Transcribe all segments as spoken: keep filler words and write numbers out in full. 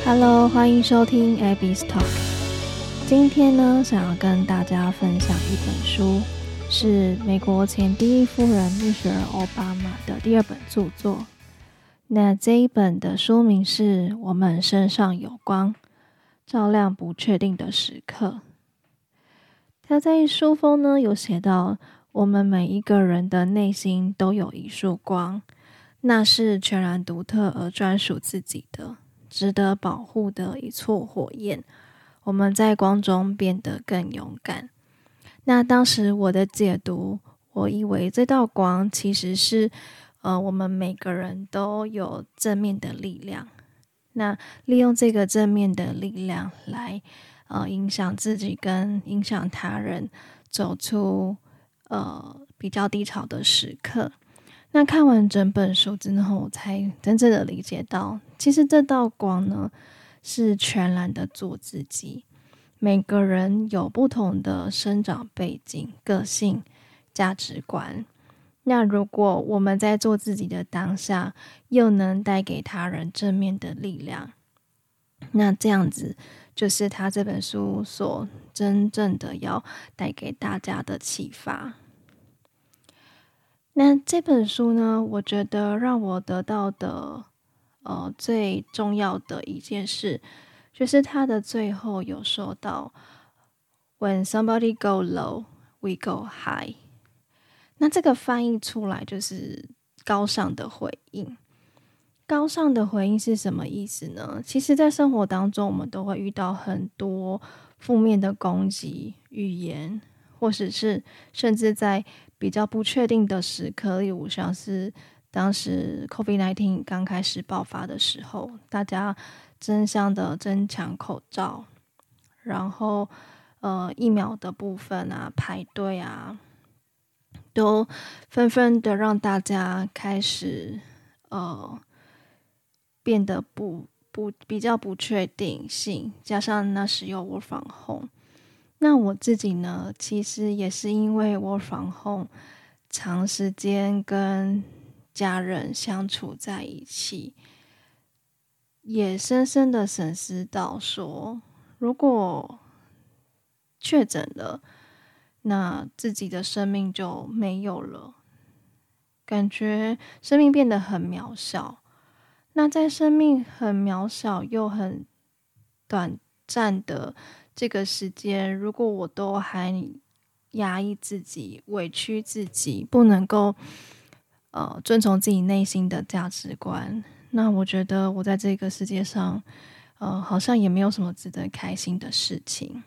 Hello， 欢迎收听 Abby's Talk。今天呢，想要跟大家分享一本书，是美国前第一夫人蜜雪儿奥巴马的第二本著作。那这一本的书名是《我们身上有光，照亮不确定的时刻》。他在书封呢有写到，我们每一个人的内心都有一束光，那是全然独特而专属自己的，值得保护的一簇火焰。我们在光中变得更勇敢。那当时我的解读，我以为这道光其实是呃，我们每个人都有正面的力量。那利用这个正面的力量来呃影响自己跟影响他人，走出呃比较低潮的时刻。那看完整本书之后，我才真正的理解到，其实这道光呢，是全然的做自己。每个人有不同的生长背景、个性、价值观。那如果我们在做自己的当下，又能带给他人正面的力量，那这样子就是他这本书所真正的要带给大家的启发。那这本书呢，我觉得让我得到的呃最重要的一件事，就是它的最后有说到 When somebody go low, we go high。 那这个翻译出来就是高尚的回应。高尚的回应是什么意思呢？其实在生活当中，我们都会遇到很多负面的攻击语言，或者是甚至在比较不确定的时刻，例如像是当时 COVID 十九 刚开始爆发的时候，大家争相的争抢口罩，然后呃疫苗的部分啊，排队啊，都纷纷的让大家开始呃变得不不比较不确定性，加上那时又 work from home。那我自己呢，其实也是因为work from home，长时间跟家人相处在一起，也深深的审视到说，如果确诊了，那自己的生命就没有了，感觉生命变得很渺小。那在生命很渺小又很短暂的这个时间，如果我都还压抑自己、委屈自己，不能够呃遵从自己内心的价值观，那我觉得我在这个世界上，呃，好像也没有什么值得开心的事情。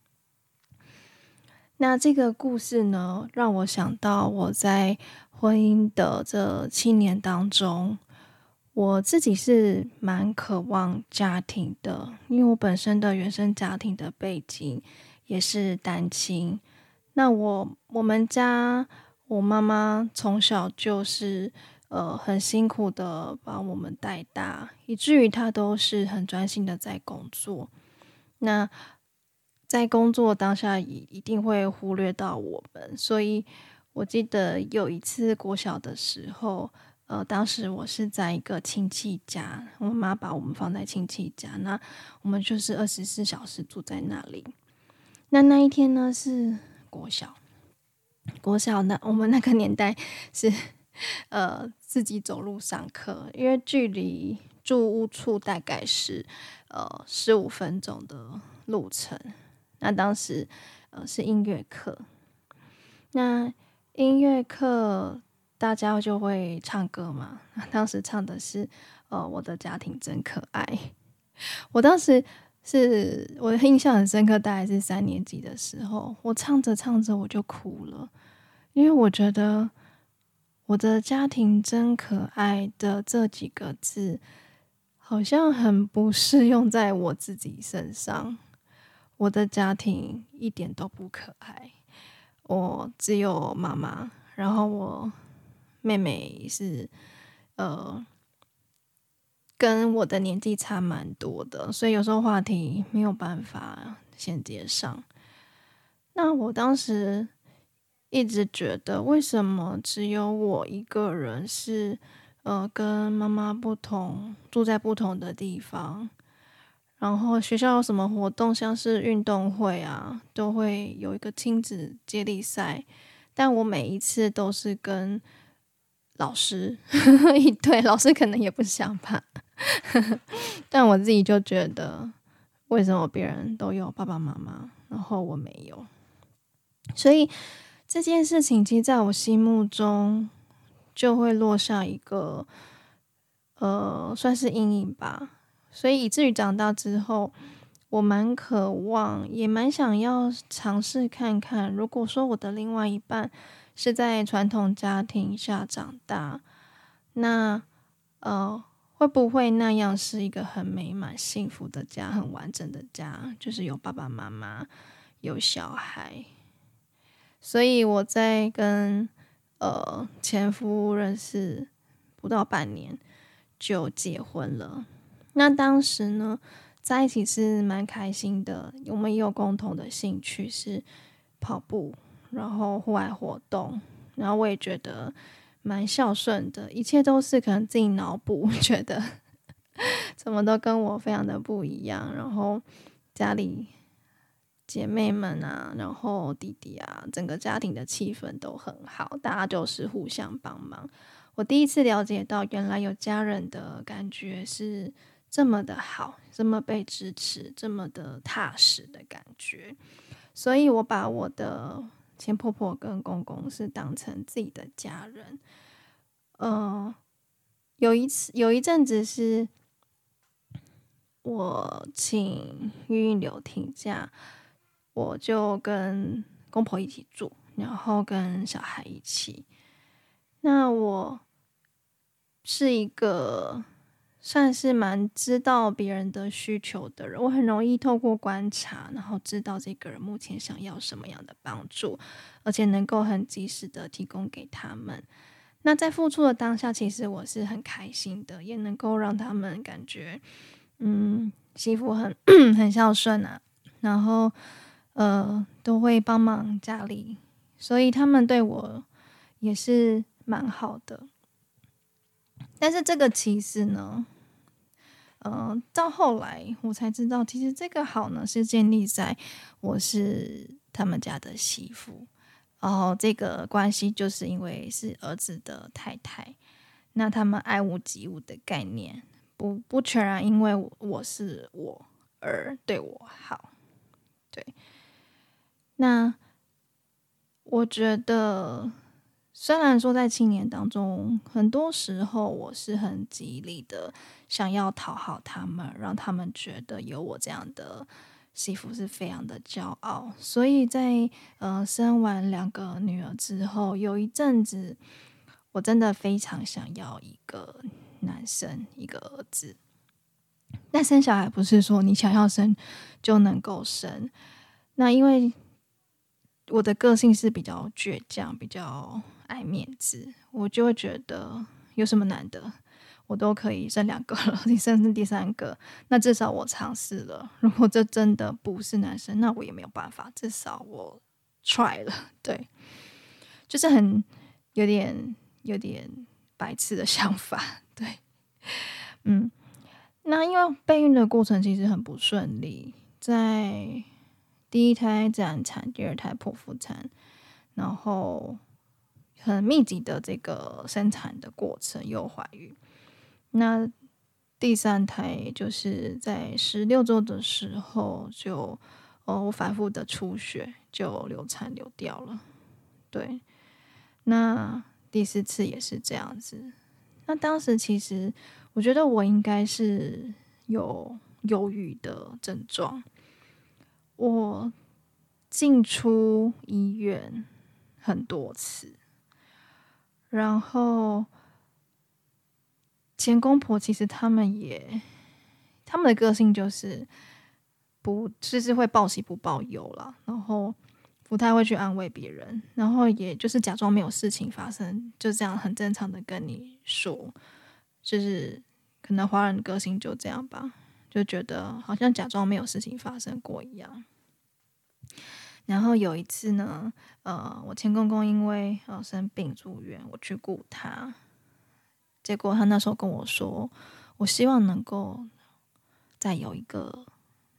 那这个故事呢，让我想到我在婚姻的这七年当中，我自己是蛮渴望家庭的，因为我本身的原生家庭的背景也是单亲。那我我们家我妈妈从小就是呃很辛苦的把我们带大，以至于她都是很专心的在工作。那在工作当下也一定会忽略到我们，所以我记得有一次国小的时候，呃，当时我是在一个亲戚家，我妈把我们放在亲戚家，那我们就是二十四小时住在那里。那那一天呢是国小，国小那我们那个年代是呃自己走路上课，因为距离住屋处大概是呃十五分钟的路程。那当时呃是音乐课，那音乐课大家就会唱歌嘛，当时唱的是呃我的家庭真可爱。我当时是我的印象很深刻，大概是三年级的时候，我唱着唱着我就哭了，因为我觉得我的家庭真可爱的这几个字好像很不适用在我自己身上。我的家庭一点都不可爱，我只有妈妈，然后我妹妹是呃跟我的年纪差蛮多的，所以有时候话题没有办法衔接上。那我当时一直觉得，为什么只有我一个人是呃跟妈妈不同，住在不同的地方， 然后学校有什么活动，像是运动会啊，都会有一个亲子接力赛，但我每一次都是跟老师一对，老师可能也不想吧，但我自己就觉得，为什么别人都有爸爸妈妈，然后我没有？所以这件事情，其实在我心目中就会落下一个，呃，算是阴影吧。所以以至于长大之后，我蛮渴望，也蛮想要尝试看看，如果说我的另外一半是在传统家庭下长大，那呃，会不会那样是一个很美满、幸福的家，很完整的家，就是有爸爸妈妈，有小孩。所以我在跟呃前夫认识不到半年就结婚了。那当时呢，在一起是蛮开心的，我们也有共同的兴趣是跑步，然后户外活动，然后我也觉得蛮孝顺的，一切都是可能自己脑补，觉得怎么都跟我非常的不一样，然后家里姐妹们啊，然后弟弟啊，整个家庭的气氛都很好，大家就是互相帮忙。我第一次了解到，原来有家人的感觉是这么的好，这么被支持，这么的踏实的感觉。所以我把我的前婆婆跟公公是当成自己的家人。呃，有一次有一阵子是我请育婴留停假，我就跟公婆一起住，然后跟小孩一起。那我是一个算是蛮知道别人的需求的人，我很容易透过观察，然后知道这个人目前想要什么样的帮助，而且能够很及时的提供给他们。那在付出的当下，其实我是很开心的，也能够让他们感觉，嗯，媳妇很很孝顺啊，然后呃都会帮忙家里，所以他们对我也是蛮好的。但是这个其实呢，呃，到后来我才知道，其实这个好呢是建立在我是他们家的媳妇，然后这个关系就是因为是儿子的太太，那他们爱屋及乌的概念，不不全然因为我我是我而对我好，对。那我觉得，虽然说在青年当中，很多时候我是很极力的想要讨好他们，让他们觉得有我这样的媳妇是非常的骄傲。所以在呃生完两个女儿之后，有一阵子我真的非常想要一个男生，一个儿子。但生小孩不是说你想要生就能够生，那因为我的个性是比较倔强，比较爱面子，我就会觉得有什么难的，我都可以生两个了，你生生第三个，那至少我尝试了。如果这真的不是男生，那我也没有办法，至少我 try 了。对，就是很有点有点白痴的想法。对，嗯，那因为备孕的过程其实很不顺利，在第一胎自然产，第二胎剖腹产，然后很密集的这个生产的过程又怀孕。那第三胎就是在十六周的时候就哦反复的出血，就流产流掉了。对，那第四次也是这样子。那当时其实我觉得我应该是有忧郁的症状，我进出医院很多次，然后前公婆其实他们也，他们的个性就是不就是会报喜不报忧啦，然后不太会去安慰别人，然后也就是假装没有事情发生，就这样很正常的跟你说，就是可能华人的个性就这样吧，就觉得好像假装没有事情发生过一样。然后有一次呢，呃，我前公公因为呃生病住院，我去顾他，结果他那时候跟我说，我希望能够再有一个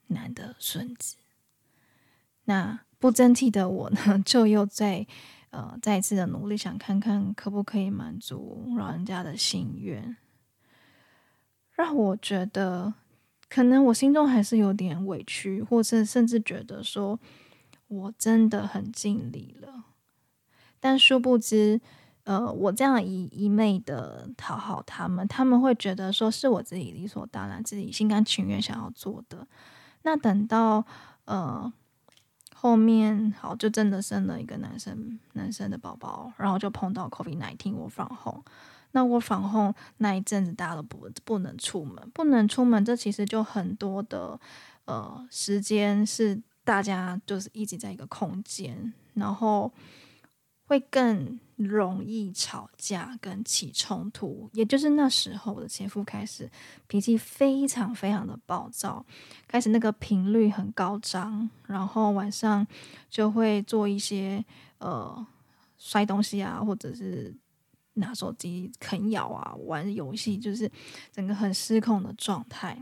男的孙子。那不争气的我呢，就又在呃再一次的努力，想看看可不可以满足老人家的心愿，让我觉得可能我心中还是有点委屈，或者甚至觉得说我真的很尽力了，但殊不知呃，我这样一一昧的讨好他们，他们会觉得说是我自己理所当然，自己心甘情愿想要做的。那等到呃后面好，就真的生了一个男生男生的宝宝，然后就碰到 COVID 十九 我返 home。那我返 home 那一阵子，大家都不不能出门，不能出门，这其实就很多的呃时间是大家就是一直在一个空间，然后会更容易吵架跟起冲突。也就是那时候，我的前夫开始脾气非常非常的暴躁，开始那个频率很高涨，然后晚上就会做一些呃摔东西啊，或者是拿手机啃咬啊，玩游戏，就是整个很失控的状态。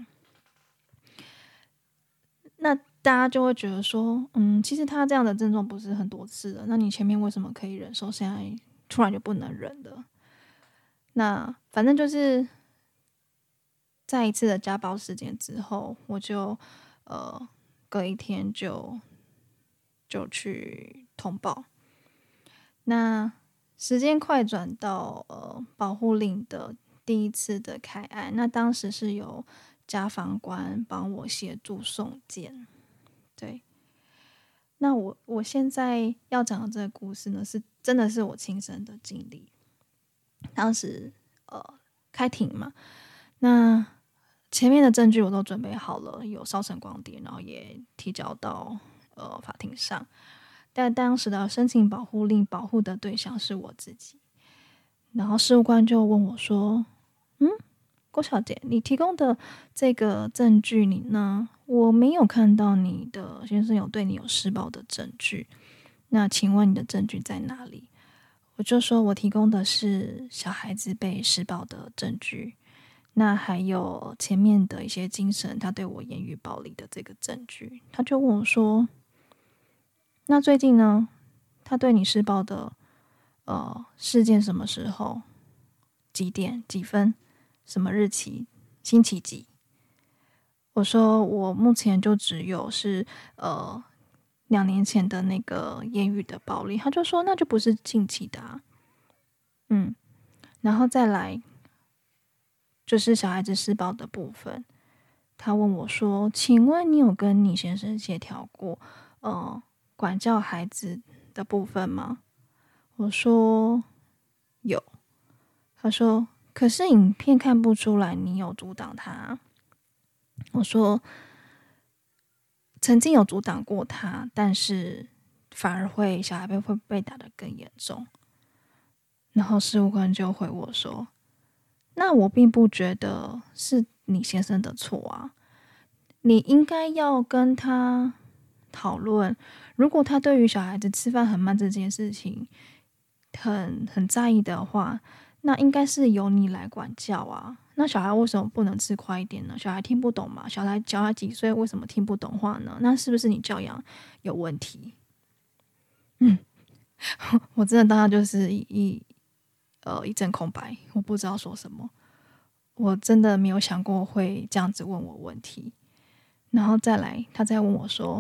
那大家就会觉得说，嗯，其实他这样的症状不是很多次了，那你前面为什么可以忍受，现在突然就不能忍了？那反正就是在一次的家暴事件之后，我就呃隔一天就就去通报。那时间快转到呃保护令的第一次的开案，那当时是由家访官帮我协助送检。对，那我我现在要讲的这个故事呢，是真的是我亲身的经历。当时呃开庭嘛，那前面的证据我都准备好了，有烧成光碟，然后也提交到呃法庭上。但当时的申请保护令保护的对象是我自己，然后事务官就问我说：“嗯，郭小姐，你提供的这个证据你呢？我没有看到你的先生有对你有施暴的证据，那请问你的证据在哪里？”我就说我提供的是小孩子被施暴的证据，那还有前面的一些精神他对我言语暴力的这个证据。他就问我说：“那最近呢？他对你施暴的呃事件什么时候？几点？几分？什么日期？星期几？”我说我目前就只有是呃两年前的那个言语的暴力。他就说那就不是近期的啊。嗯，然后再来就是小孩子施暴的部分。他问我说：“请问你有跟你先生协调过呃管教孩子的部分吗？”我说有。他说：“可是影片看不出来你有阻挡他。”我说：“曾经有阻挡过他，但是反而会小孩被会被打得更严重。”然后事务官就回我说：“那我并不觉得是你先生的错啊，你应该要跟他讨论，如果他对于小孩子吃饭很慢这件事情很很在意的话，那应该是由你来管教啊。那小孩为什么不能吃快一点呢？小孩听不懂嘛？小孩小孩几岁为什么听不懂话呢？那是不是你教养有问题？”嗯，我真的当下就是一一呃一阵空白，我不知道说什么。我真的没有想过会这样子问我问题。然后再来，他再问我说：“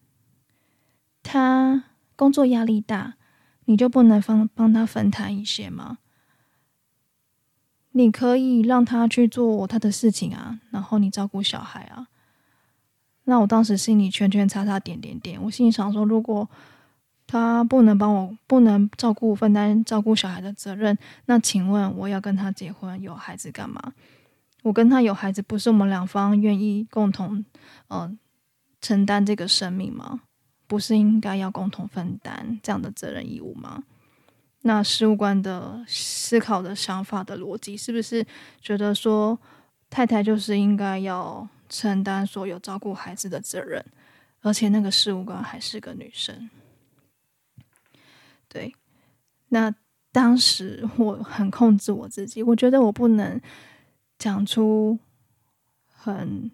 他工作压力大，你就不能帮帮他分摊一些吗？你可以让他去做他的事情啊，然后你照顾小孩啊。”那我当时心里圈圈叉叉点点点，我心里想说，如果他不能帮我，不能照顾分担照顾小孩的责任，那请问我要跟他结婚有孩子干嘛？我跟他有孩子，不是我们两方愿意共同呃承担这个生命吗？不是应该要共同分担这样的责任义务吗？那事务官的思考的想法的逻辑，是不是觉得说太太就是应该要承担所有照顾孩子的责任，而且那个事务官还是个女生？对，那当时我很控制我自己，我觉得我不能讲出很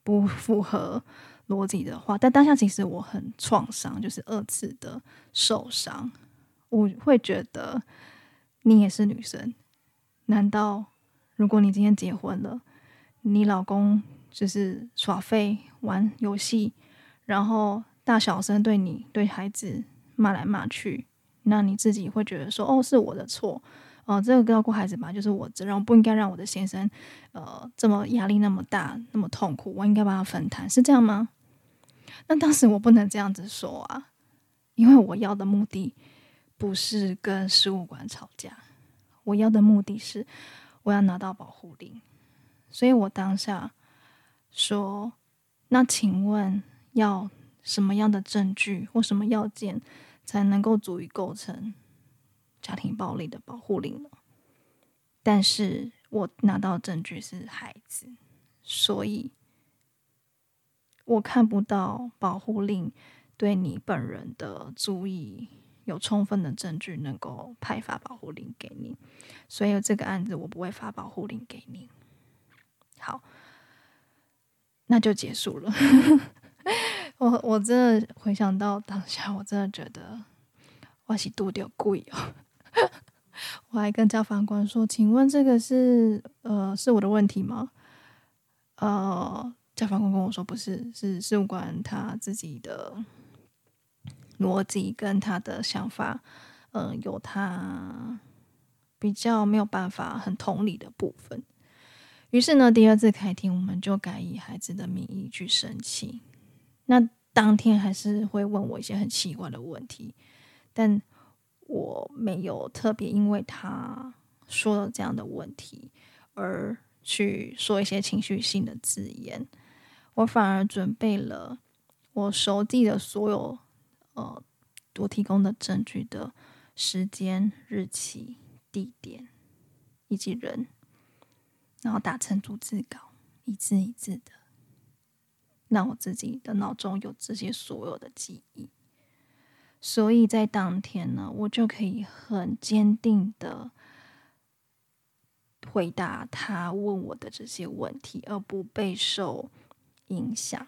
不符合逻辑的话，但当下其实我很创伤，就是二次的受伤。我会觉得你也是女生，难道如果你今天结婚了，你老公就是耍废玩游戏，然后大小声对你对孩子骂来骂去，那你自己会觉得说，哦，是我的错，哦、呃，这个照顾孩子吧，就是我责任，我不应该让我的先生，呃，这么压力那么大，那么痛苦，我应该帮他分摊，是这样吗？那当时我不能这样子说啊，因为我要的目的不是跟事务官吵架，我要的目的是我要拿到保护令，所以我当下说，那请问要什么样的证据或什么要件才能够足以构成家庭暴力的保护令呢？但是我拿到证据是孩子，所以我看不到保护令对你本人的足以有充分的证据能够派发保护令给你，所以这个案子我不会发保护令给你。好，那就结束了。我我真的回想到当下，我真的觉得我是肚丢贵哦。我还跟家法官说：“请问这个是呃是我的问题吗？”呃，家法官跟我说不是，是事务官他自己的逻辑跟他的想法，呃，有他比较没有办法很同理的部分。于是呢，第二次开庭，我们就改以孩子的名义去申请。那当天还是会问我一些很奇怪的问题，但我没有特别因为他说了这样的问题而去说一些情绪性的字眼，我反而准备了我熟记的所有呃我提供的证据的时间、日期、地点以及人，然后打成逐字稿，一字一字的，让我自己的脑中有这些所有的记忆。所以在当天呢，我就可以很坚定的回答他问我的这些问题，而不被受影响。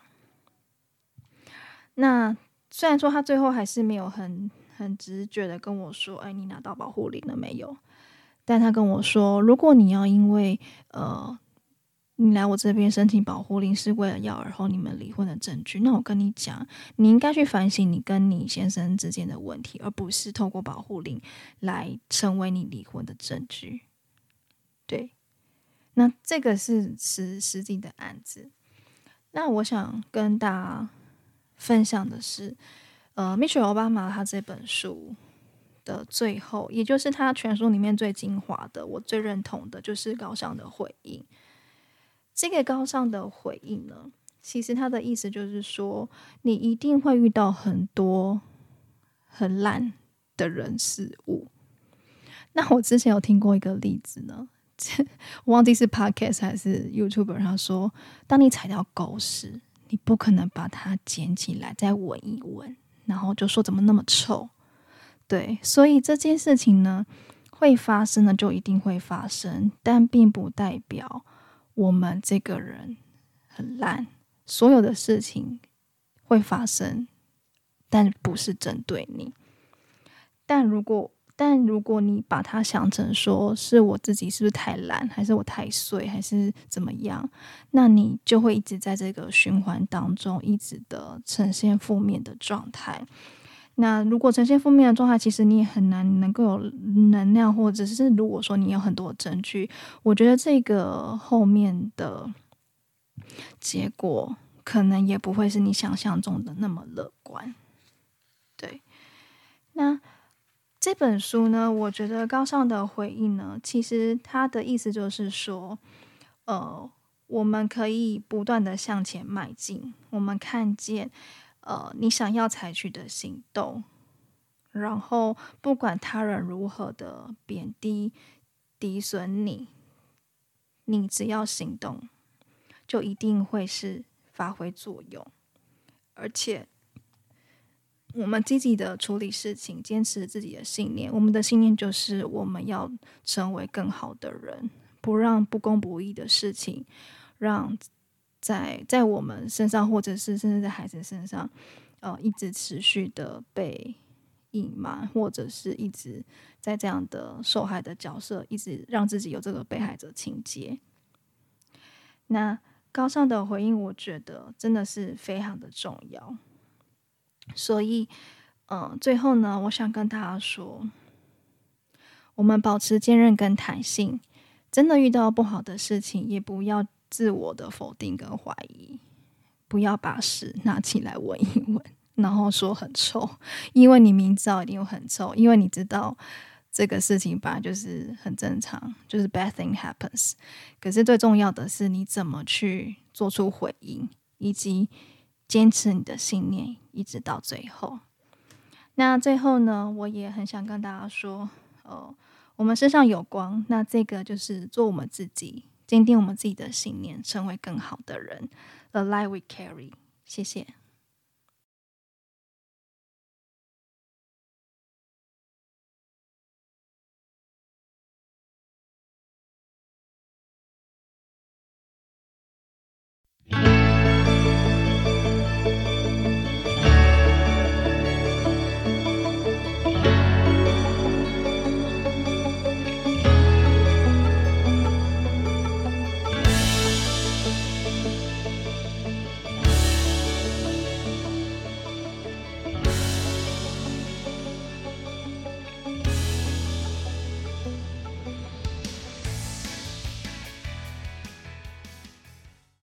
那虽然说他最后还是没有很很直觉的跟我说，哎，你拿到保护令了没有？但他跟我说，如果你要因为呃你来我这边申请保护令是为了要尔后你们离婚的证据，那我跟你讲，你应该去反省你跟你先生之间的问题，而不是透过保护令来成为你离婚的证据。对，那这个是实实际的案子。那我想跟大家分享的是，呃，Michelle Obama 他这本书的最后，也就是他全书里面最精华的，我最认同的就是高尚的回应。这个高尚的回应呢，其实他的意思就是说，你一定会遇到很多很烂的人事物。那我之前有听过一个例子呢，我忘记是 podcast 还是 YouTuber， 他说，当你踩到狗屎，你不可能把它捡起来再闻一闻，然后就说怎么那么臭。对，所以这件事情呢，会发生的就一定会发生，但并不代表我们这个人很烂，所有的事情会发生，但不是针对你。但如果但如果你把它想成说是我自己是不是太懒，还是我太碎，还是怎么样，那你就会一直在这个循环当中，一直的呈现负面的状态。那如果呈现负面的状态，其实你也很难能够有能量，或者是如果说你有很多证据，我觉得这个后面的结果可能也不会是你想象中的那么乐观。对，那这本书呢，我觉得高尚的回应呢，其实它的意思就是说，呃，我们可以不断的向前迈进，我们看见呃你想要采取的行动，然后不管他人如何的贬低敌损你，你只要行动，就一定会是发挥作用，而且我们积极的处理事情，坚持自己的信念。我们的信念就是我们要成为更好的人，不让不公不义的事情让在在我们身上，或者是甚至在孩子身上，呃，一直持续的被隐瞒，或者是一直在这样的受害的角色，一直让自己有这个被害者情节。那高尚的回应，我觉得真的是非常的重要。所以，呃，最后呢，我想跟大家说，我们保持坚韧跟弹性，真的遇到不好的事情，也不要自我的否定跟怀疑，不要把屎拿起来闻一闻，然后说很臭，因为你明知道一定会很臭，因为你知道这个事情本来就是很正常，就是 bad thing happens。可是最重要的是你怎么去做出回应，以及坚持你的信念，一直到最后。那最后呢，我也很想跟大家说，呃，我们身上有光，那这个就是做我们自己，坚定我们自己的信念，成为更好的人。The light we carry。谢谢。